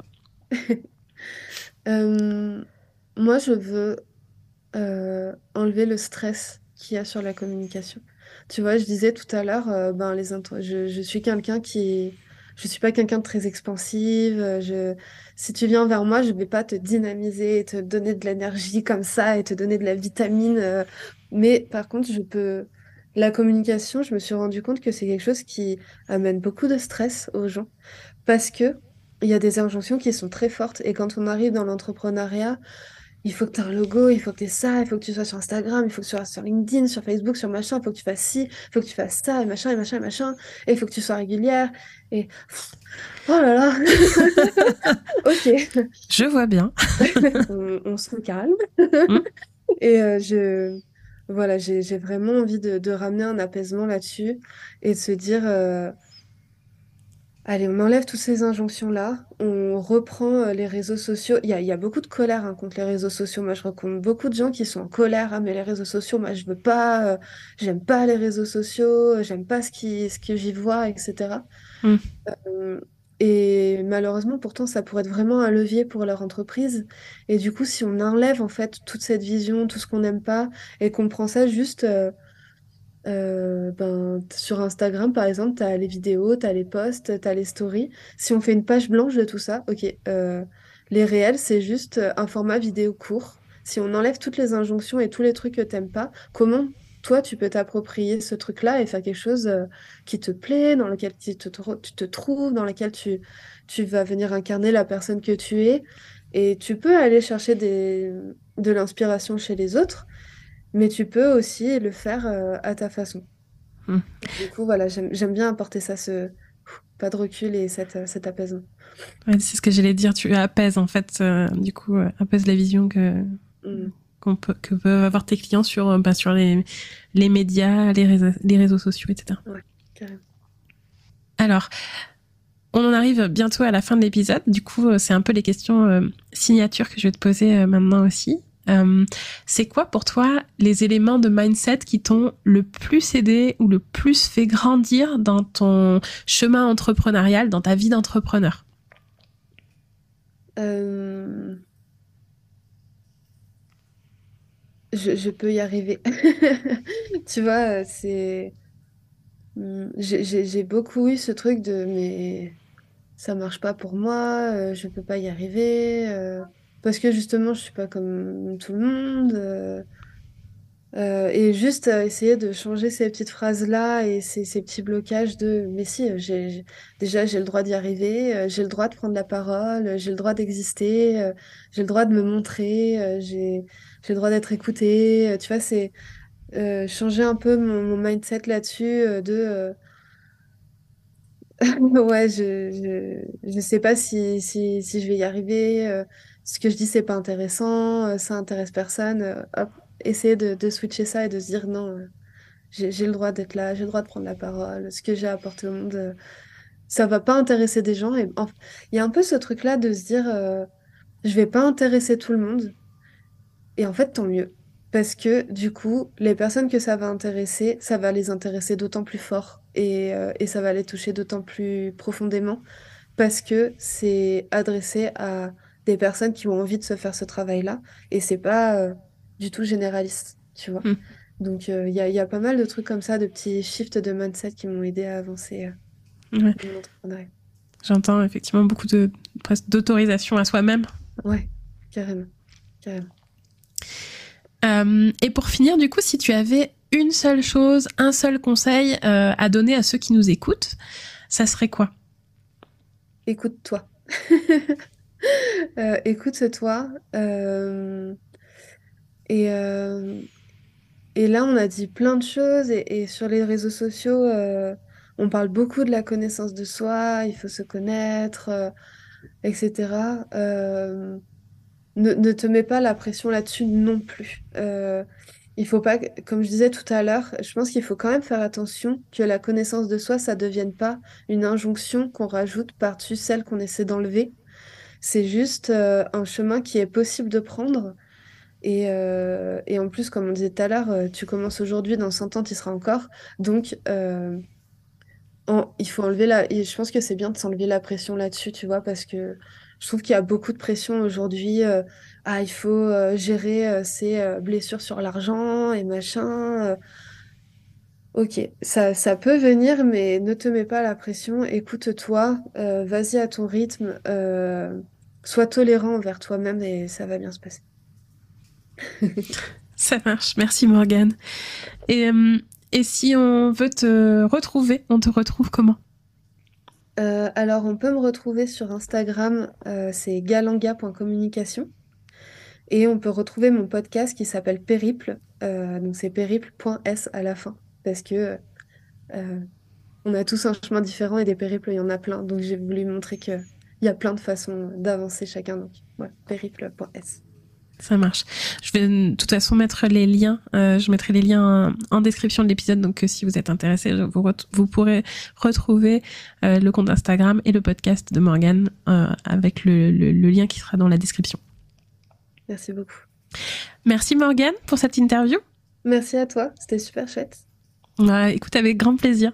Euh, Moi, je veux euh, enlever le stress qu'il y a sur la communication. Tu vois, je disais tout à l'heure, euh, ben, les intro- je, je suis quelqu'un qui... Je suis pas quelqu'un de très expansive. euh, Je... Si tu viens vers moi, je vais pas te dynamiser et te donner de l'énergie comme ça et te donner de la vitamine. euh, Mais par contre, je peux... La communication, je me suis rendu compte que c'est quelque chose qui amène beaucoup de stress aux gens parce que il y a des injonctions qui sont très fortes. Et quand on arrive dans l'entrepreneuriat, il faut que tu aies un logo, il faut que tu aies ça, il faut que tu sois sur Instagram, il faut que tu sois sur LinkedIn, sur Facebook, sur machin, il faut que tu fasses ci, il faut que tu fasses ça, et machin, et machin, et machin, et il faut que tu sois régulière. Et oh là là, ok, Je vois bien. on, on se calme. Mm. Et euh, je, voilà, j'ai, j'ai vraiment envie de, de ramener un apaisement là-dessus et de se dire, euh, Allez, on enlève toutes ces injonctions-là, on reprend euh, les réseaux sociaux. Il y a, il y a beaucoup de colère hein, contre les réseaux sociaux. Moi, je rencontre beaucoup de gens qui sont en colère. Ah, mais les réseaux sociaux, moi, je veux pas, euh, j'aime pas les réseaux sociaux, euh, j'aime pas ce qui, ce que j'y vois, et cetera. Mm. Euh, et malheureusement, pourtant, ça pourrait être vraiment un levier pour leur entreprise. Et du coup, si on enlève en fait toute cette vision, tout ce qu'on n'aime pas, et qu'on prend ça juste. euh, euh, ben, t- sur Instagram, par exemple, tu as les vidéos, tu as les posts, tu as les stories. Si on fait une page blanche de tout ça, ok, euh, les réels, c'est juste euh, un format vidéo court. Si on enlève toutes les injonctions et tous les trucs que t'aimes pas, comment toi, tu peux t'approprier ce truc-là et faire quelque chose euh, qui te plaît, dans lequel tu te, tro- tu te trouves, dans lequel tu, tu vas venir incarner la personne que tu es. Et tu peux aller chercher des, de l'inspiration chez les autres, mais tu peux aussi le faire euh, à ta façon. Mm. Du coup, voilà, j'aime, j'aime bien apporter ça, ce pas de recul et cet, euh, cet apaisement. Ouais, c'est ce que j'allais dire, tu apaises en fait, euh, du coup, euh, apaises la vision que, Mm. qu'on peut, que peuvent avoir tes clients sur, euh, bah, sur les, les médias, les réseaux, les réseaux sociaux, et cetera. Ouais, carrément. Alors, on en arrive bientôt à la fin de l'épisode. Du coup, euh, c'est un peu les questions euh, signatures que je vais te poser euh, maintenant aussi. Euh, c'est quoi pour toi les éléments de mindset qui t'ont le plus aidé ou le plus fait grandir dans ton chemin entrepreneurial, dans ta vie d'entrepreneur? Euh, je, je peux y arriver. Tu vois, euh, c'est... mm, J'ai j'ai- j'ai beaucoup eu ce truc de mais ça marche pas pour moi, euh, je peux pas y arriver, euh, parce que justement, je suis pas comme tout le monde. euh, Euh, et juste euh, essayer de changer ces petites phrases-là et ces, ces petits blocages de mais si, euh, j'ai, j'ai- déjà j'ai le droit d'y arriver, euh, j'ai le droit de prendre la parole, euh, j'ai le droit d'exister, euh, j'ai le droit de me montrer, euh, j'ai, j'ai le droit d'être écoutée. Euh, tu vois, c'est euh, changer un peu mon, mon mindset là-dessus euh, de euh, ouais, je, je, je sais pas si, si, si je vais y arriver, euh, ce que je dis c'est pas intéressant, euh, ça intéresse personne. Euh, hop, essayer de, de switcher ça et de se dire non. euh, J'ai, j'ai le droit d'être là, j'ai le droit de prendre la parole. Ce que j'ai apporté au monde, euh, ça va pas intéresser des gens. Et en- il y a un peu ce truc-là de se dire, euh, je vais pas intéresser tout le monde. Et en fait, tant mieux. Parce que du coup, les personnes que ça va intéresser, ça va les intéresser d'autant plus fort. Et, euh, et ça va les toucher d'autant plus profondément. Parce que c'est adressé à des personnes qui ont envie de se faire ce travail-là. Et c'est pas, euh, du tout généraliste, tu vois. Hmm. Donc, euh, il y a, il y a pas mal de trucs comme ça, de petits shifts de mindset qui m'ont aidé à avancer euh, Ouais, dans mon entrepreneuriat. j'entends effectivement beaucoup de presque d'autorisation à soi-même. Ouais, carrément, carrément. Euh, et pour finir, du coup, si tu avais une seule chose, un seul conseil euh, à donner à ceux qui nous écoutent, ça serait quoi? Écoute-toi. Euh, écoute-toi. euh, et, euh, et là, on a dit plein de choses. Et, et sur les réseaux sociaux, euh, on parle beaucoup de la connaissance de soi. Il faut se connaître, euh, et cetera. Euh, Ne, ne te mets pas la pression là-dessus non plus. Euh, il faut pas, que- comme je disais tout à l'heure, je pense qu'il faut quand même faire attention que la connaissance de soi, ça devienne pas une injonction qu'on rajoute par-dessus celle qu'on essaie d'enlever. C'est juste euh, un chemin qui est possible de prendre. Et, euh, et en plus, comme on disait tout à l'heure, euh, tu commences aujourd'hui, dans cent ans, tu y seras encore. Donc, euh, en- il faut enlever la... Et je pense que c'est bien de s'enlever la pression là-dessus, tu vois, parce que je trouve qu'il y a beaucoup de pression aujourd'hui. euh, ah, il faut euh, gérer euh, ses euh, blessures sur l'argent et machin. euh. Ok, ça, ça peut venir, mais ne te mets pas la pression. Écoute-toi, euh, vas-y à ton rythme, euh, sois tolérant envers toi-même et ça va bien se passer. Ça marche, merci Morgane. Et, euh, et si on veut te retrouver, on te retrouve comment? Euh, alors, on peut me retrouver sur Instagram, euh, c'est galanga point communication. Et on peut retrouver mon podcast qui s'appelle Périple. Euh, donc c'est périple.s à la fin. Parce que euh, on a tous un chemin différent et des périples, il y en a plein. Donc j'ai voulu montrer qu'il y a plein de façons d'avancer chacun. Donc ouais, périple.s. Ça marche. Je vais de toute façon mettre les liens. Euh, je mettrai les liens en description de l'épisode. Donc, euh, si vous êtes intéressé, vous, re- vous pourrez retrouver euh, le compte Instagram et le podcast de Morgane euh, avec le, le, le lien qui sera dans la description. Merci beaucoup. Merci Morgane pour cette interview. Merci à toi. C'était super chouette. Ouais, écoute, avec grand plaisir.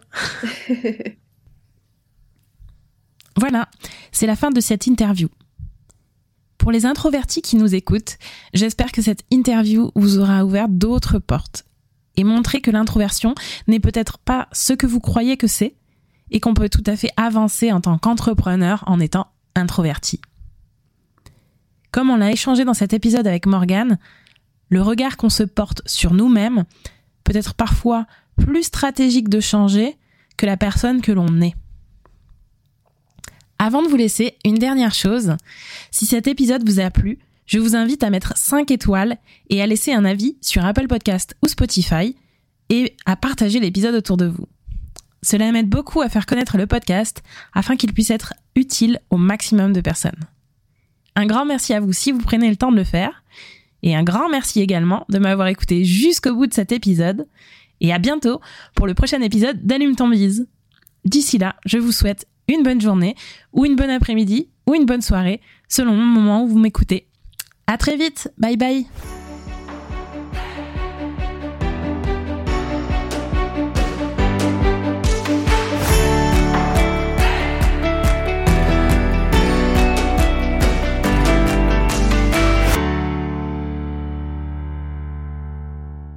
Voilà, c'est la fin de cette interview. Pour les introvertis qui nous écoutent, j'espère que cette interview vous aura ouvert d'autres portes et montré que l'introversion n'est peut-être pas ce que vous croyez que c'est et qu'on peut tout à fait avancer en tant qu'entrepreneur en étant introverti. Comme on l'a échangé dans cet épisode avec Morgane, le regard qu'on se porte sur nous-mêmes peut être parfois plus stratégique de changer que la personne que l'on est. Avant de vous laisser, une dernière chose. Si cet épisode vous a plu, je vous invite à mettre cinq étoiles et à laisser un avis sur Apple Podcast ou Spotify et à partager l'épisode autour de vous. Cela m'aide beaucoup à faire connaître le podcast afin qu'il puisse être utile au maximum de personnes. Un grand merci à vous si vous prenez le temps de le faire et un grand merci également de m'avoir écouté jusqu'au bout de cet épisode et à bientôt pour le prochain épisode d'Allume ton bise. D'ici là, je vous souhaite une bonne journée, ou une bonne après-midi, ou une bonne soirée, selon le moment où vous m'écoutez. À très vite, bye bye.